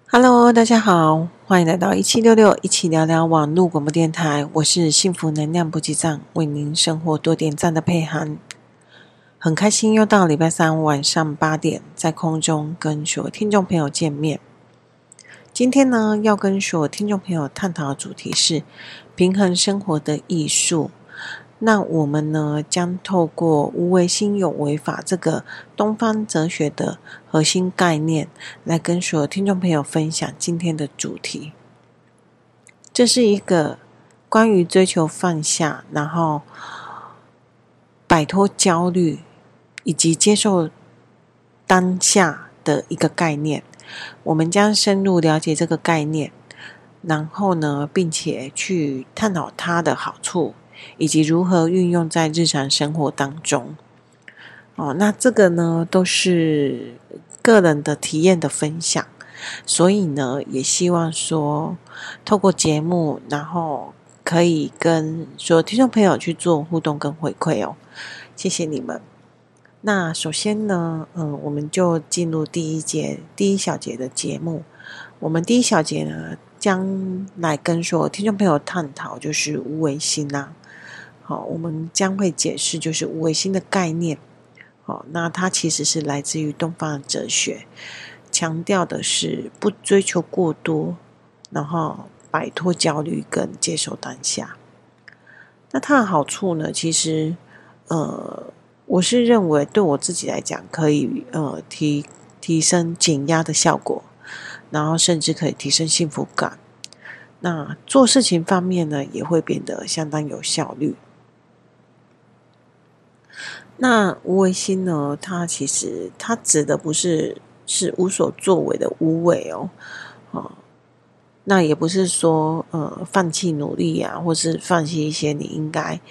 Hello，大家好，欢迎来到1766一起聊聊网络广播电台，我是幸福能量补给站，为您生活多点赞的佩涵。很开心又到礼拜三晚上8点，在空中跟所有听众朋友见面。今天呢，要跟所有听众朋友探讨的主题是平衡生活的艺术。那我们呢，将透过无为心有为法这个东方哲学的核心概念，来跟所有听众朋友分享今天的主题。这是一个关于追求放下，然后摆脱焦虑，以及接受当下的一个概念。我们将深入了解这个概念，然后呢，并且去探讨它的好处，以及如何运用在日常生活当中。那这个呢，都是个人的体验的分享，所以呢，也希望说，透过节目，然后可以跟所有听众朋友去做互动跟回馈哦。谢谢你们。那首先呢，我们就进入第一小节的节目。我们第一小节呢，将来跟所有听众朋友探讨就是无为心啦。好，我们将会解释就是无为心的概念。好，那它其实是来自于东方的哲学，强调的是不追求过多，然后摆脱焦虑跟接受当下。那它的好处呢，其实我是认为对我自己来讲，可以提升减压的效果，然后甚至可以提升幸福感。那做事情方面呢，也会变得相当有效率。那无为心呢，它其实它指的不是无所作为的无为哦，那也不是说放弃努力啊，或是放弃一些你应该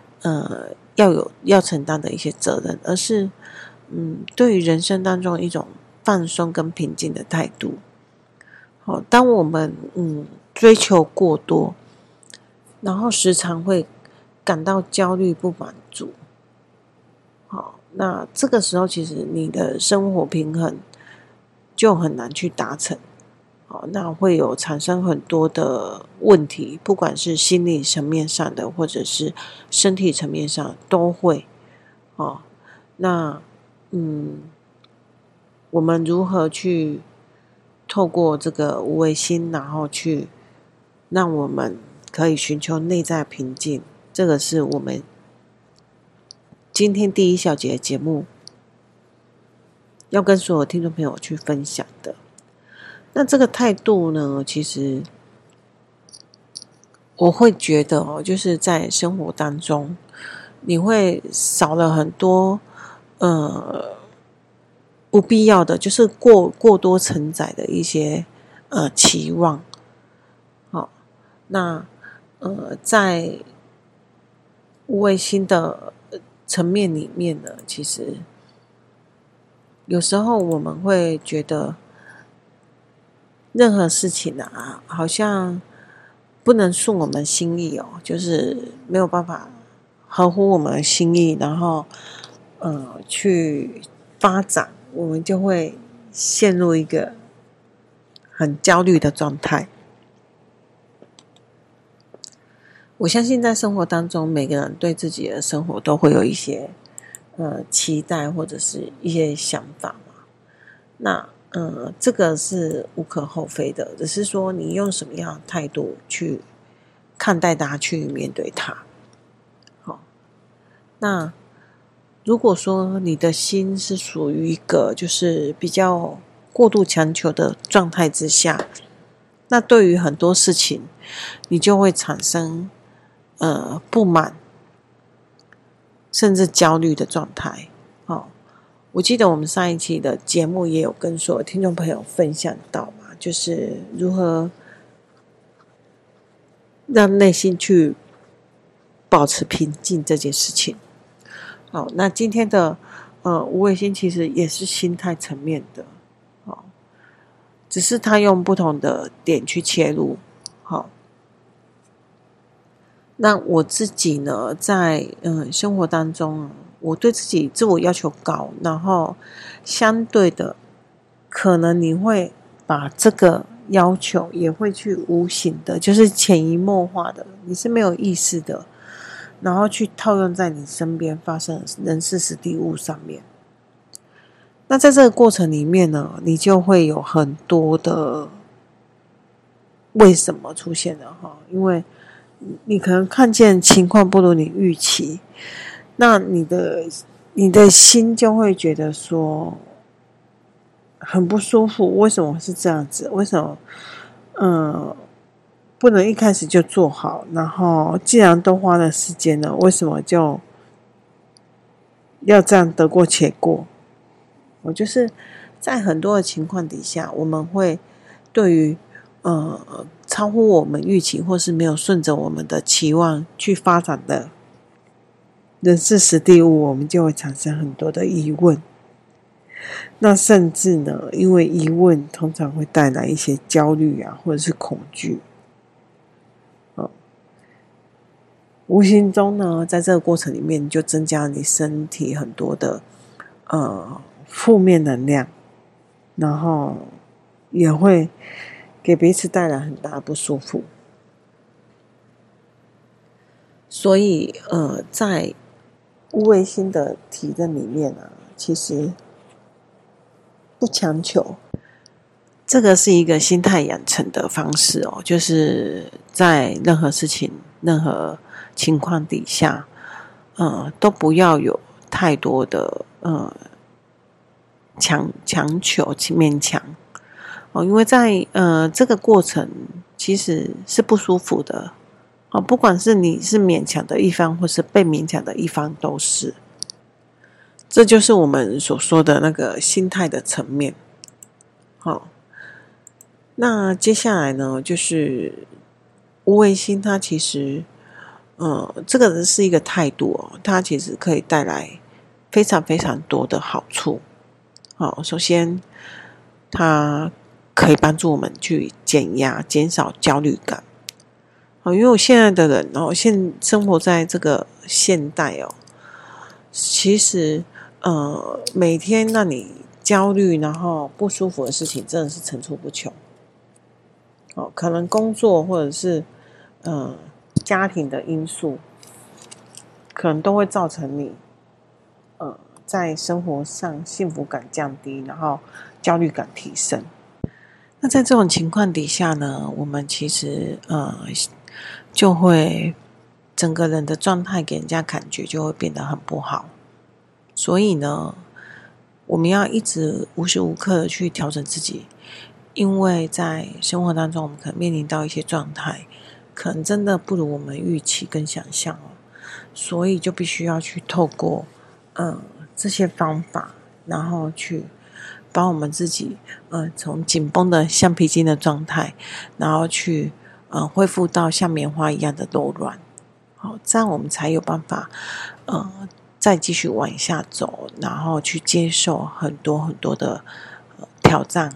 要承担的一些责任，而是对于人生当中一种放松跟平静的态度。当我们追求过多，然后时常会感到焦虑不满足，那这个时候其实你的生活平衡就很难去达成。那会有产生很多的问题，不管是心理层面上的，或者是身体层面上都会。那我们如何去透过这个无为心，然后去让我们可以寻求内在平静，这个是我们今天第一小节的节目要跟所有听众朋友去分享的。那这个态度呢，其实我会觉得就是在生活当中，你会少了很多不必要的，就是过多承载的一些期望。那在无为心的层面里面呢，其实有时候我们会觉得任何事情啊，好像不能顺我们心意就是没有办法合乎我们的心意，然后去发展，我们就会陷入一个很焦虑的状态。我相信在生活当中，每个人对自己的生活都会有一些期待或者是一些想法嘛。那这个是无可厚非的，只是说你用什么样的态度去看待它，去面对它。那如果说你的心是属于一个就是比较过度强求的状态之下，那对于很多事情你就会产生不满甚至焦虑的状态。我记得我们上一期的节目也有跟所有听众朋友分享到嘛，就是如何让内心去保持平静这件事情。好，那今天的无为心其实也是心态层面的，只是他用不同的点去切入。好，那我自己呢，在生活当中，我对自己自我要求高，然后相对的，可能你会把这个要求也会去无形的，就是潜移默化的，你是没有意识的，然后去套用在你身边发生的人事时地物上面。那在这个过程里面呢，你就会有很多的为什么出现了哈，因为你可能看见情况不如你预期，那你的心就会觉得说很不舒服，为什么是这样子？为什么不能一开始就做好？然后既然都花了时间了，为什么就要这样得过且过？我就是在很多的情况底下，我们会对于超乎我们预期或是没有顺着我们的期望去发展的人事时地物，我们就会产生很多的疑问。那甚至呢，因为疑问通常会带来一些焦虑啊，或者是恐惧。无形中呢，在这个过程里面，你就增加了你身体很多的负面能量，然后也会给彼此带来很大的不舒服。所以在无为心的体认里面啊，其实不强求，这个是一个心态养成的方式哦，就是在任何事情、任何情况底下，都不要有太多的强求、勉强哦，因为在这个过程其实是不舒服的哦，不管是你是勉强的一方，或是被勉强的一方，都是。这就是我们所说的那个心态的层面。好，那接下来呢，就是无为心，它其实这个是一个态度哦，它其实可以带来非常非常多的好处。好，首先它可以帮助我们去减压、减少焦虑感。因为我现在的人生活在这个现代哦，其实每天让你焦虑然后不舒服的事情真的是层出不穷。可能工作或者是家庭的因素，可能都会造成你在生活上幸福感降低，然后焦虑感提升。那在这种情况底下呢，我们其实就会整个人的状态给人家感觉就会变得很不好。所以呢，我们要一直无时无刻的去调整自己，因为在生活当中我们可能面临到一些状态，可能真的不如我们预期跟想象哦，所以就必须要去透过这些方法，然后去帮我们自己从紧绷的橡皮筋的状态，然后去恢复到像棉花一样的柔软。好，这样我们才有办法再继续往下走，然后去接受很多很多的挑战。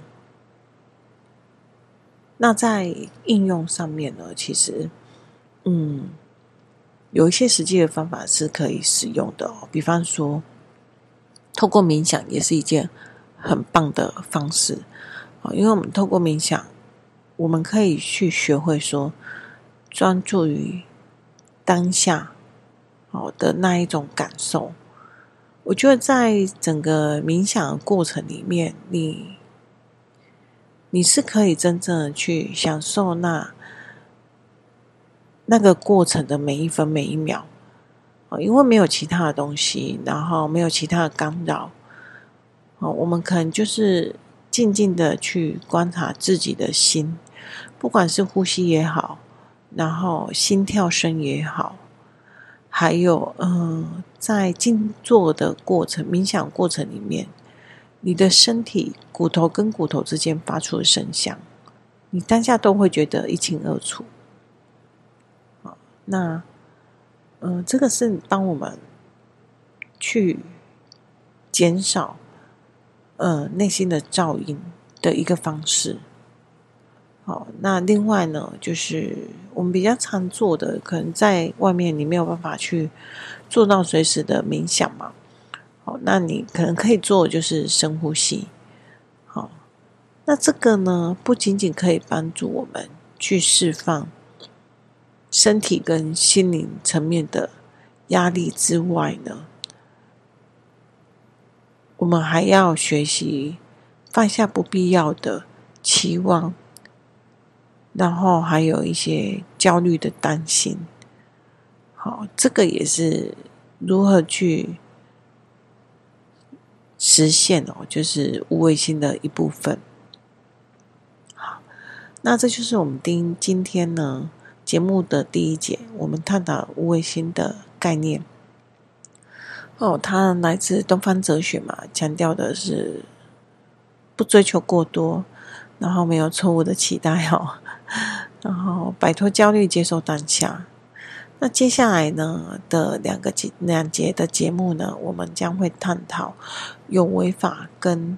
那在应用上面呢，其实有一些实际的方法是可以使用的哦，比方说透过冥想也是一件很棒的方式。因为我们透过冥想，我们可以去学会说专注于当下的那一种感受。我觉得在整个冥想的过程里面，你是可以真正的去享受那个过程的每一分每一秒，因为没有其他的东西，然后没有其他的干扰，我们可能就是静静的去观察自己的心，不管是呼吸也好，然后心跳声也好，还有在静坐的过程、冥想过程里面，你的身体骨头跟骨头之间发出的声响，你当下都会觉得一清二楚。那这个是帮我们去减少内心的噪音的一个方式。好，那另外呢，就是我们比较常做的，可能在外面你没有办法去做到随时的冥想嘛。好，那你可能可以做的就是深呼吸。好， 那这个呢，不仅仅可以帮助我们去释放身体跟心灵层面的压力之外呢，我们还要学习放下不必要的期望，然后还有一些焦虑的担心。好，这个也是如何去实现就是无为心的一部分。好，那这就是我们今天呢节目的第一节，我们探讨无为心的概念。它来自东方哲学嘛，强调的是不追求过多，然后没有错误的期待然后摆脱焦虑，接受当下。那接下来呢的两节的节目呢，我们将会探讨有为法跟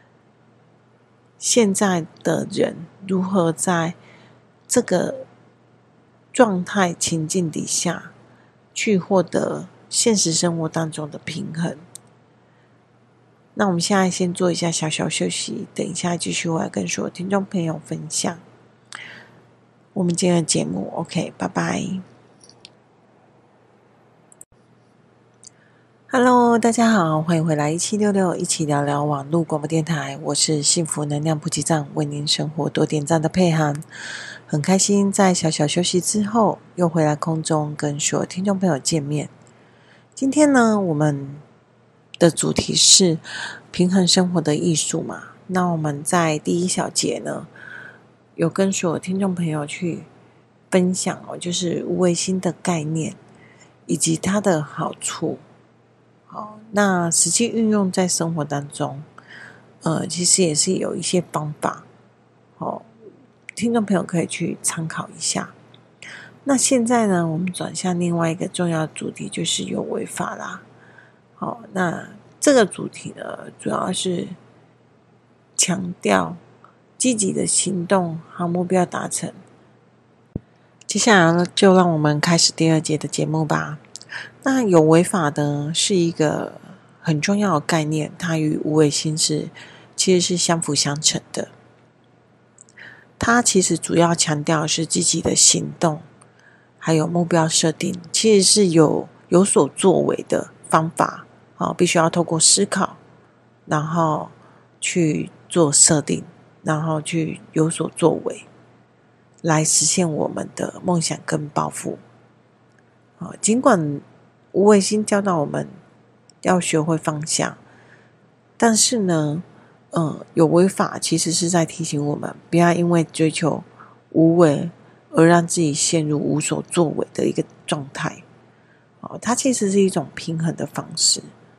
现在的人如何在这个状态情境底下去获得现实生活当中的平衡。那我们现在先做一下小小休息，等一下继续我来跟所有听众朋友分享我们今天的节目。 OK， 拜拜。Hello， 大家好，欢迎回来1766一起聊聊网络广播电台，我是幸福能量补给站，为您生活多点赞的佩涵。很开心在小小休息之后又回来空中跟所有听众朋友见面。今天呢，我们的主题是平衡生活的艺术嘛。那我们在第一小节呢，有跟所有听众朋友去分享就是无为心的概念以及它的好处。好，那实际运用在生活当中，其实也是有一些方法，听众朋友可以去参考一下。那现在呢，我们转向另外一个重要的主题，就是有为法啦。好，那这个主题呢，主要是强调积极的行动和目标达成。接下来呢，就让我们开始第二节的节目吧。那有为法呢，是一个很重要的概念，它与无为心其实是相辅相成的。它其实主要强调的是积极的行动，还有目标设定，其实是有所作为的方法，必须要透过思考，然后去做设定，然后去有所作为，来实现我们的梦想跟抱负。尽管无为心教导我们要学会放下，但是呢，有为法其实是在提醒我们，不要因为追求无为而让自己陷入无所作为的一个状态。它其实是一种平衡的方式，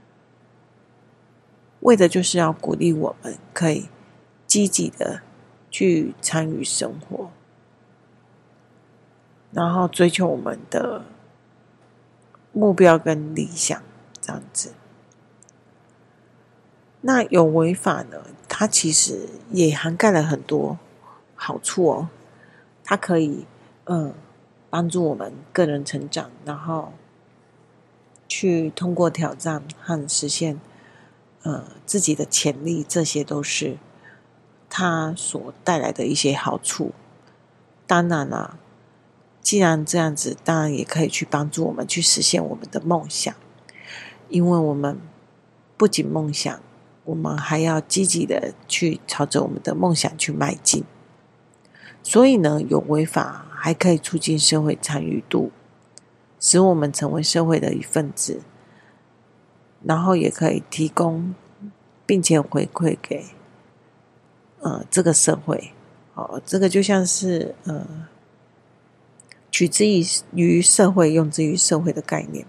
为的就是要鼓励我们可以积极的去参与生活，然后追求我们的目标跟理想，这样子。那有为法呢，它其实也涵盖了很多好处它可以帮助我们个人成长，然后去通过挑战和实现自己的潜力，这些都是它所带来的一些好处。当然啦，既然这样子，当然也可以去帮助我们去实现我们的梦想，因为我们不仅梦想，我们还要积极的去朝着我们的梦想去迈进。所以呢，有为法还可以促进社会参与度，使我们成为社会的一份子，然后也可以提供并且回馈给这个社会。这个就像是取之于社会，用之于社会的概念。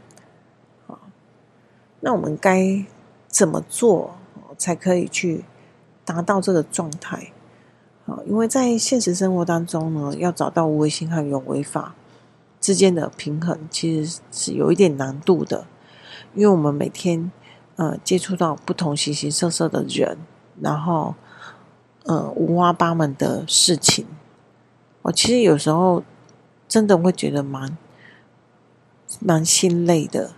那我们该怎么做才可以去达到这个状态？因为在现实生活当中呢，要找到无为心和有为法之间的平衡，其实是有一点难度的。因为我们每天接触到不同形形色色的人，然后五花八门的事情，其实有时候真的会觉得蛮心累的。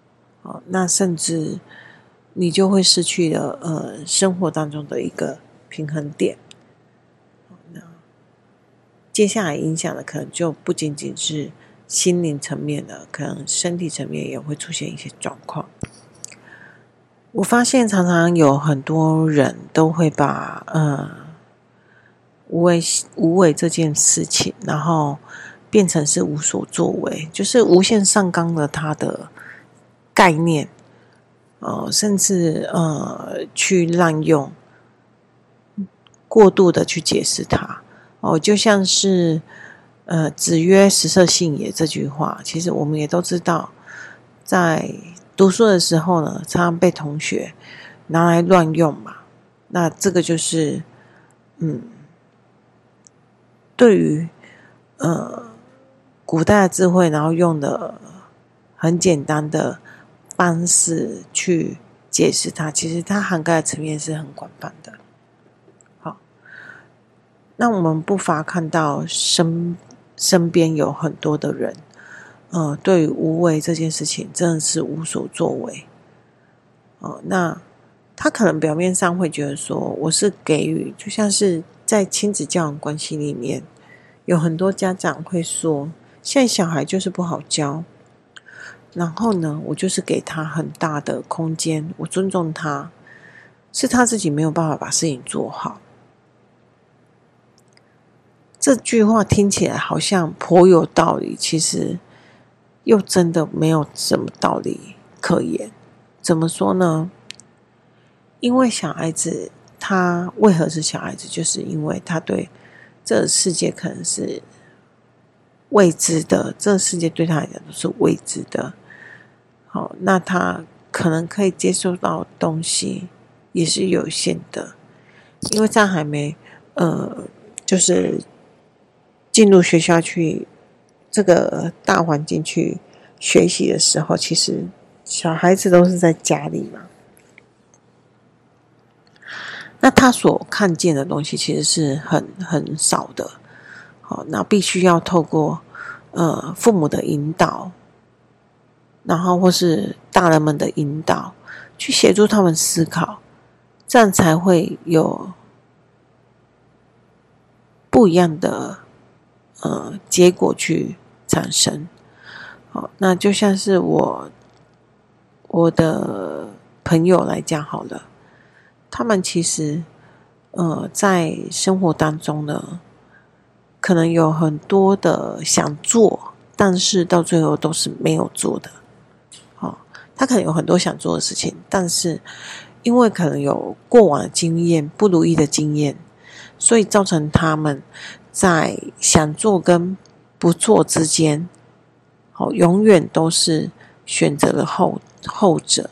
那甚至你就会失去了生活当中的一个平衡点。那接下来影响的可能就不仅仅是心灵层面的，可能身体层面也会出现一些状况。我发现常常有很多人都会把无为这件事情，然后变成是无所作为，就是无限上纲了他的概念，甚至去滥用，过度的去解释它。就像是子曰食色性也这句话，其实我们也都知道，在读书的时候呢，常常被同学拿来乱用嘛。那这个就是对于古代的智慧，然后用的很简单的方式去解释它，其实它涵盖的层面是很广泛的。好，那我们不乏看到身边有很多的人，对于无为这件事情真的是无所作为。那他可能表面上会觉得说，我是给予，就像是在亲子教养关系里面，有很多家长会说，现在小孩就是不好教，然后呢，我就是给他很大的空间，我尊重他，是他自己没有办法把事情做好。这句话听起来好像颇有道理，其实又真的没有什么道理可言。怎么说呢？因为小孩子他为何是小孩子，就是因为他对这个世界可能是未知的，这个世界对他来讲都是未知的。好，那他可能可以接受到的东西也是有限的，因为在还没就是进入学校去这个大环境去学习的时候，其实小孩子都是在家里嘛。那他所看见的东西其实是很少的，好，那必须要透过父母的引导，然后或是大人们的引导，去协助他们思考，这样才会有不一样的结果去产生。好，那就像是我的朋友来讲好了。他们其实在生活当中呢，可能有很多的想做，但是到最后都是没有做的。他可能有很多想做的事情，但是因为可能有过往的经验，不如意的经验，所以造成他们在想做跟不做之间，永远都是选择了后者。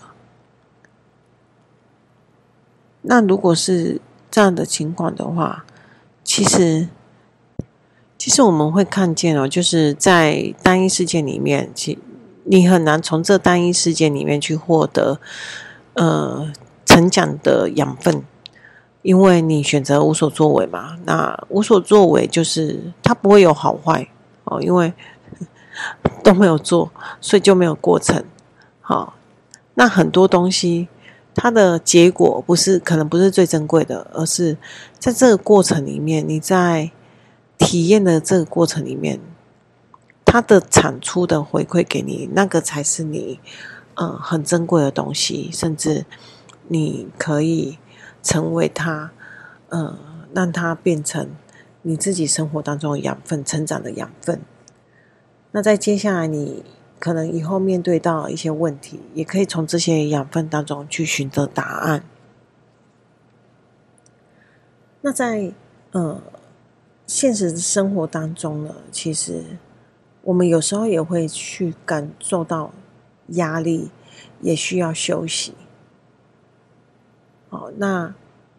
那如果是这样的情况的话，其实我们会看见就是在单一事件里面，你很难从这单一事件里面去获得成长的养分，因为你选择无所作为嘛。那无所作为就是它不会有好坏因为都没有做，所以就没有过程。好，那很多东西它的结果可能不是最珍贵的，而是在这个过程里面，你在体验的这个过程里面，它的产出的回馈给你，那个才是你很珍贵的东西，甚至你可以成为它让它变成你自己生活当中的养分，成长的养分。那在接下来你可能以后面对到一些问题，也可以从这些养分当中去寻得答案。那在现实生活当中呢，其实我们有时候也会去感受到压力，也需要休息。好，那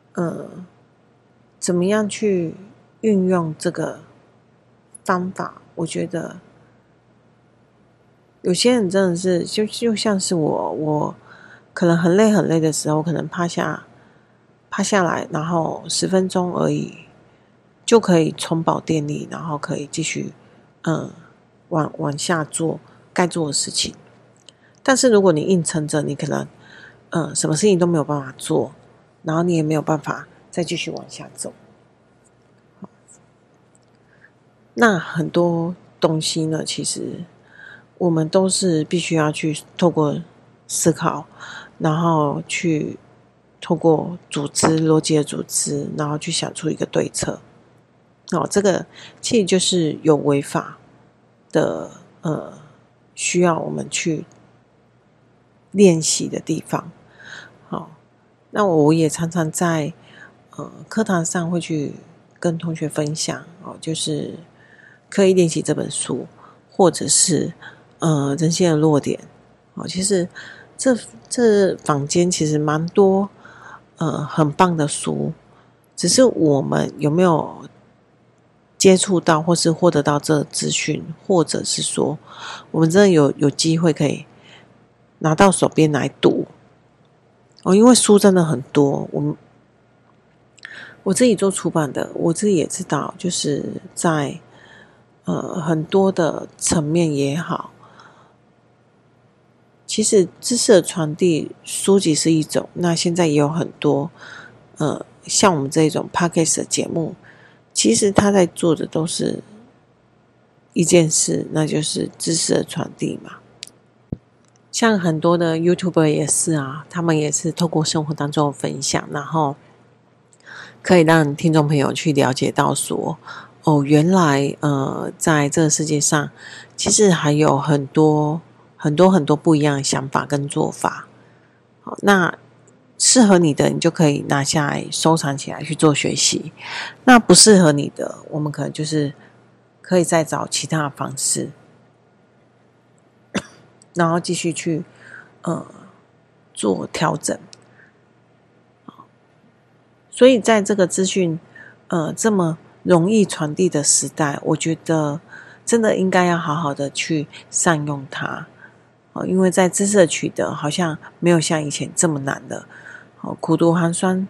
怎么样去运用这个方法？我觉得有些人真的是就像是我可能很累的时候，可能趴下来，然后10分钟而已，就可以充饱电力，然后可以继续往下做该做的事情。但是如果你硬撑着，你可能什么事情都没有办法做，然后你也没有办法再继续往下走。那很多东西呢，其实我们都是必须要去透过思考，然后去透过逻辑的组织，然后去想出一个对策。这个其实就是有违法的需要我们去练习的地方。好，那我也常常在课堂上会去跟同学分享就是刻意练习这本书，或者是人性的弱点。其实这坊间其实蛮多很棒的书，只是我们有没有接触到或是获得到这资讯，或者是说我们真的有机会可以拿到手边来读因为书真的很多。我自己做出版的，我自己也知道，就是在很多的层面也好，其实知识的传递，书籍是一种，那现在也有很多像我们这种 Podcast 的节目，其实他在做的都是一件事，那就是知识的传递嘛。像很多的 YouTuber 也是啊，他们也是透过生活当中的分享，然后可以让听众朋友去了解到说原来在这个世界上其实还有很多不一样的想法跟做法。好，那适合你的你就可以拿下来收藏起来去做学习，那不适合你的我们可能就是可以再找其他的方式，然后继续去做调整。所以在这个资讯这么容易传递的时代，我觉得真的应该要好好的去善用它。因为在知识的取得好像没有像以前这么难了。苦读寒窗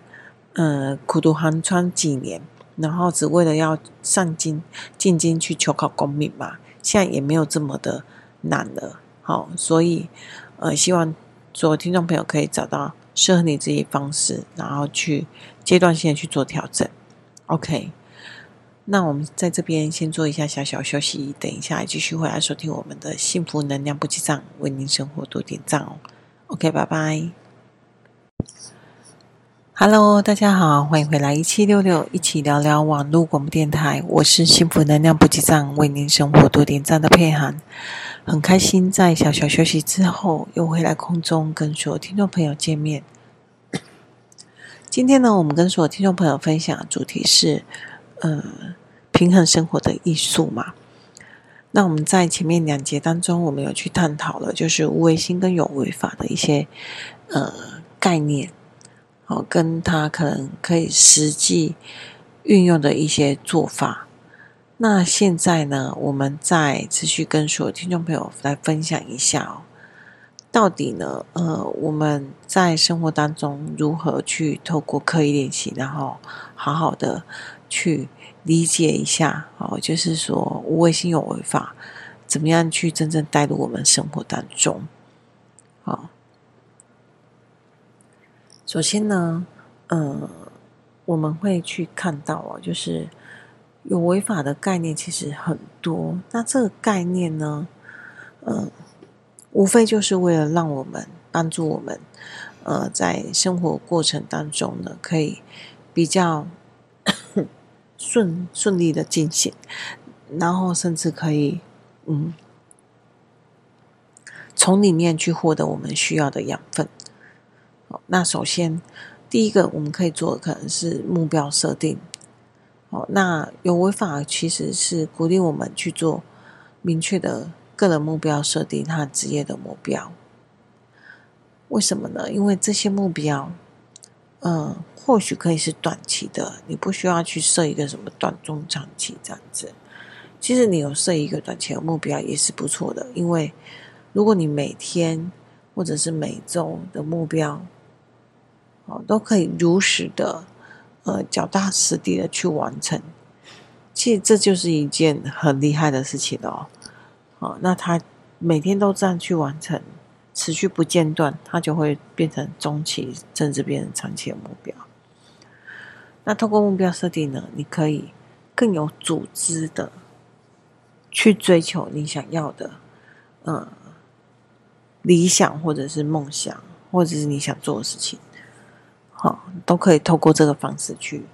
几年，然后只为了要进京去求考功名嘛，现在也没有这么的难了。所以希望所有听众朋友可以找到适合你自己的方式，然后去阶段性的去做调整。 OK， 那我们在这边先做一下小小休息，等一下继续回来收听我们的幸福能量补给站，为您生活多点赞OK， 拜拜。Hello， 大家好，欢迎回来1766一起聊聊网络广播电台，我是幸福能量补给站，为您生活多点赞的佩涵。很开心在小小休息之后又回来空中跟所有听众朋友见面。今天呢，我们跟所有听众朋友分享的主题是平衡生活的艺术嘛。那我们在前面2节当中，我们有去探讨了就是无为心跟有为法的一些概念，跟它可能可以实际运用的一些做法。那现在呢，我们再持续跟所有听众朋友来分享一下到底呢我们在生活当中如何去透过刻意练习，然后好好的去理解一下就是说无为心有为法怎么样去真正带入我们生活当中。首先呢我们会去看到就是有为法的概念其实很多，那这个概念呢无非就是为了让我们帮助我们在生活过程当中呢可以比较顺利的进行，然后甚至可以从里面去获得我们需要的养分。那首先第一个我们可以做的可能是目标设定。那有为法其实是鼓励我们去做明确的个人目标设定和职业的目标。为什么呢？因为这些目标或许可以是短期的，你不需要去设一个什么短中长期这样子。其实你有设一个短期的目标也是不错的，因为如果你每天或者是每周的目标都可以如实的脚踏实地的去完成，其实这就是一件很厉害的事情那他每天都这样去完成，持续不间断，它就会变成中期甚至变成长期的目标。 那透过目标设定呢，你可以更有组织的去追求你想要的理想或者是梦想，或者是你想做的事情，都可以透过这个方式去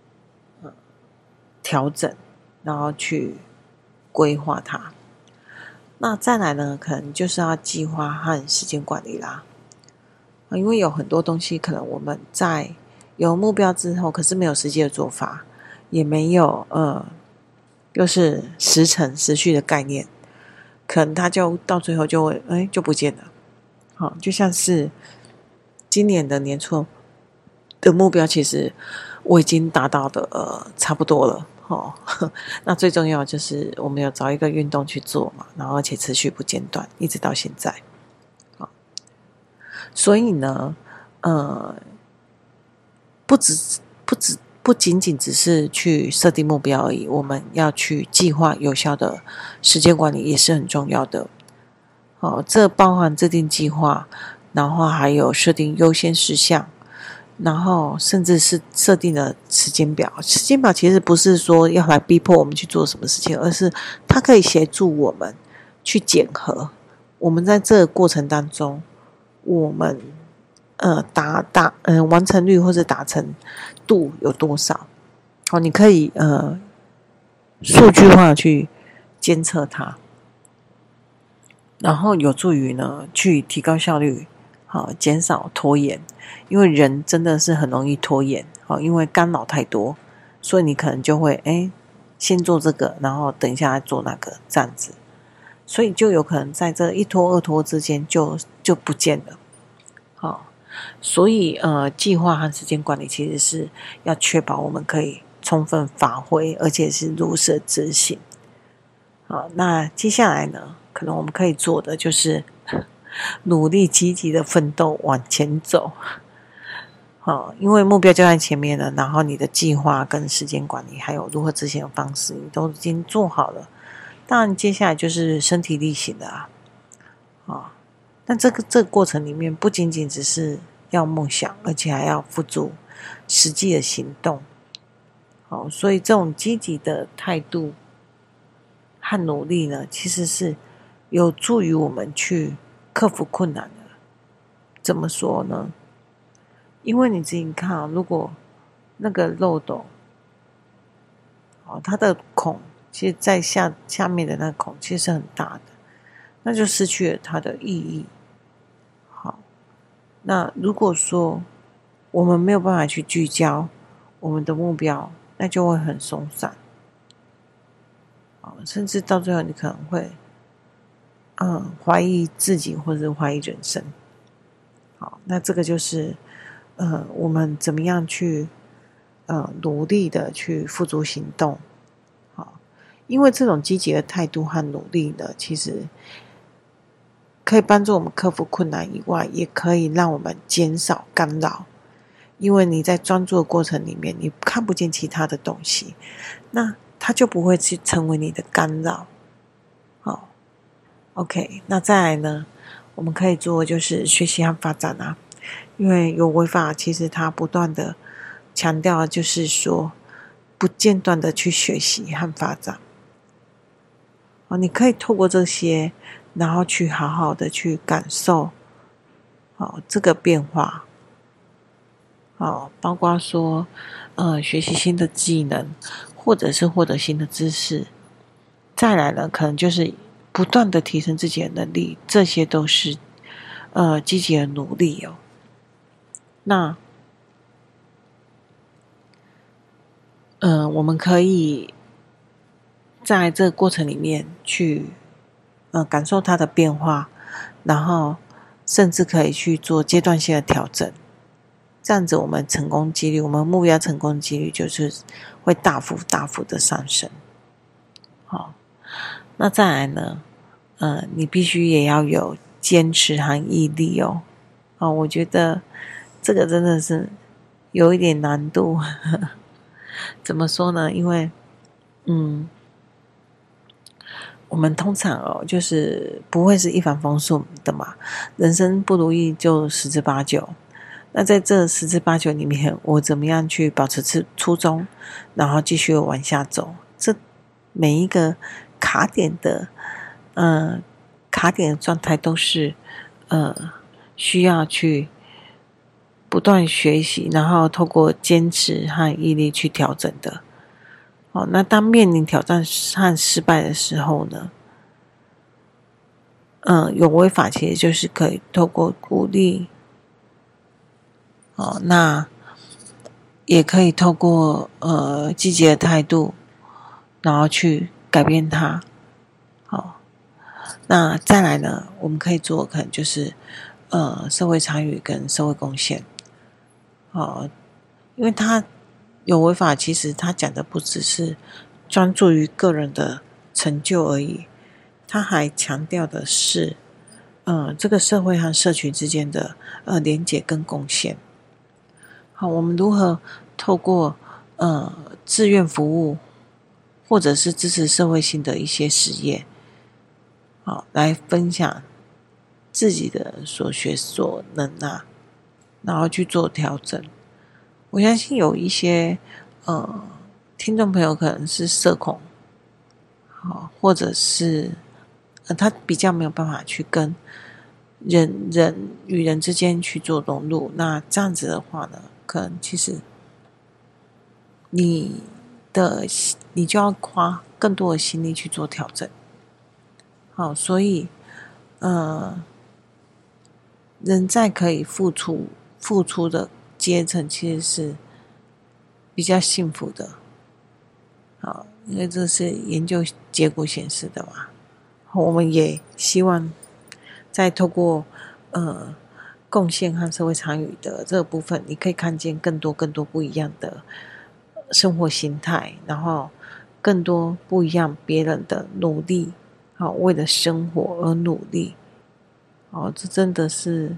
调整，然后去规划它。那再来呢，可能就是要计划和时间管理啦。因为有很多东西可能我们在有目标之后，可是没有实际的做法，也没有就是时程时序的概念，可能它就到最后就会就不见了。就像是今年的年初的目标，其实我已经达到的差不多了。那最重要就是我们有找一个运动去做嘛，然后而且持续不间断，一直到现在。所以呢，不仅仅只是去设定目标而已，我们要去计划有效的时间管理也是很重要的。这包含制定计划，然后还有设定优先事项，然后甚至是设定了时间表。时间表其实不是说要来逼迫我们去做什么事情，而是它可以协助我们去检核我们在这个过程当中，我们完成率或者达成度有多少。你可以数据化去监测它，然后有助于呢去提高效率，减少拖延。因为人真的是很容易拖延，因为干扰太多，所以你可能就会先做这个，然后等一下再做那个，这样子，所以就有可能在这一拖二拖之间就不见了。所以计划和时间管理其实是要确保我们可以充分发挥，而且是如实执行。那接下来呢，可能我们可以做的就是努力积极的奋斗往前走。因为目标就在前面了，然后你的计划跟时间管理还有如何执行的方式你都已经做好了，当然接下来就是身体力行的但这个过程里面不仅仅只是要梦想，而且还要付诸实际的行动。所以这种积极的态度和努力呢，其实是有助于我们去克服困难的。怎么说呢？因为你自己看如果那个漏斗它的孔其实在下面的那个孔其实是很大的，那就失去了它的意义。那如果说我们没有办法去聚焦我们的目标，那就会很松散，甚至到最后你可能会怀疑自己或者怀疑人生。那这个就是我们怎么样去努力的去付诸行动。因为这种积极的态度和努力呢，其实可以帮助我们克服困难以外，也可以让我们减少干扰。因为你在专注的过程里面，你看不见其他的东西，那它就不会去成为你的干扰。OK， 那再来呢，我们可以做就是学习和发展啊。因为有为法其实它不断的强调就是说不间断的去学习和发展。你可以透过这些，然后去好好的去感受这个变化。包括说学习新的技能，或者是获得新的知识。再来呢，可能就是不断的提升自己的能力，这些都是积极的努力那我们可以在这个过程里面去感受它的变化，然后甚至可以去做阶段性的调整。这样子我们成功几率，我们目标成功几率就是会大幅的上升。那再来呢你必须也要有坚持和毅力我觉得这个真的是有一点难度。怎么说呢？因为我们通常就是不会是一帆风顺的嘛，人生不如意就十之八九。 那在这十之八九里面，我怎么样去保持初衷，然后继续往下走？这每一个卡点的状态都是需要去不断学习，然后透过坚持和毅力去调整的。那当面临挑战和失败的时候呢，有为法其实就是可以透过鼓励，那也可以透过积极的态度，然后去改变它。那再来呢，我们可以做可能就是社会参与跟社会贡献。因为他有为法，其实他讲的不只是专注于个人的成就而已，他还强调的是这个社会和社群之间的连结跟贡献。好，我们如何透过志愿服务，或者是支持社会性的一些实业，来分享自己的所学所能然后去做调整。我相信有一些听众朋友可能是社恐，或者是他比较没有办法去跟人与人之间去做融入。那这样子的话呢，可能其实你就要花更多的心力去做调整。好，所以人在可以付出的阶层其实是比较幸福的。好，因为这是研究结果显示的嘛。我们也希望在透过贡献和社会参与的这个部分，你可以看见更多不一样的生活形态，然后更多不一样别人的努力，为了生活而努力。这真的是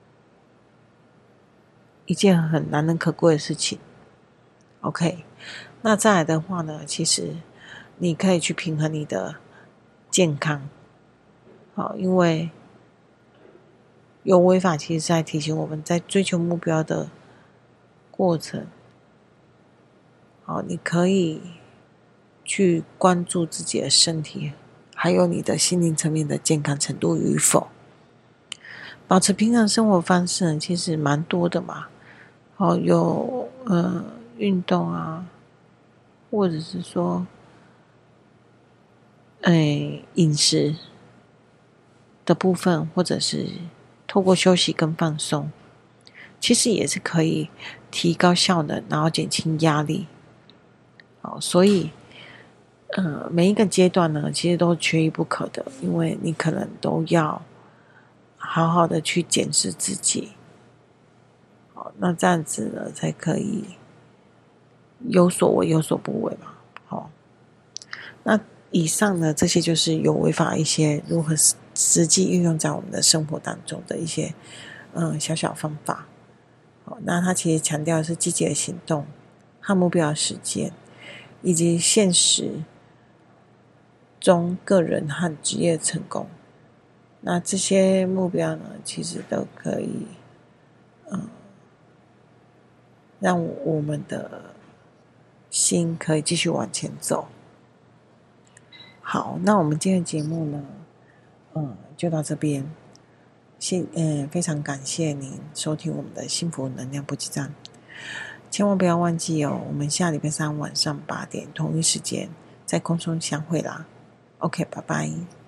一件很难能可贵的事情。OK， 那再来的话呢，其实你可以去平衡你的健康。因为有为法其实在提醒我们在追求目标的过程，你可以去关注自己的身体，还有你的心灵层面的健康程度与否。保持平衡生活方式呢，其实蛮多的嘛。有运动啊，或者是说饮食的部分，或者是透过休息跟放松，其实也是可以提高效能，然后减轻压力。所以每一个阶段呢，其实都缺一不可的，因为你可能都要好好的去检视自己。那这样子呢，才可以有所为有所不为嘛。那以上呢，这些就是有为法一些如何实际运用在我们的生活当中的一些小小方法。那它其实强调的是积极的行动和目标的实践，以及现实中个人和职业成功。那这些目标呢，其实都可以让我们的心可以继续往前走。好，那我们今天的节目呢，就到这边。非常感谢您收听我们的幸福能量补给站。千万不要忘记我们下礼拜三晚上8点同一时间在空中相会啦。OK， 拜拜。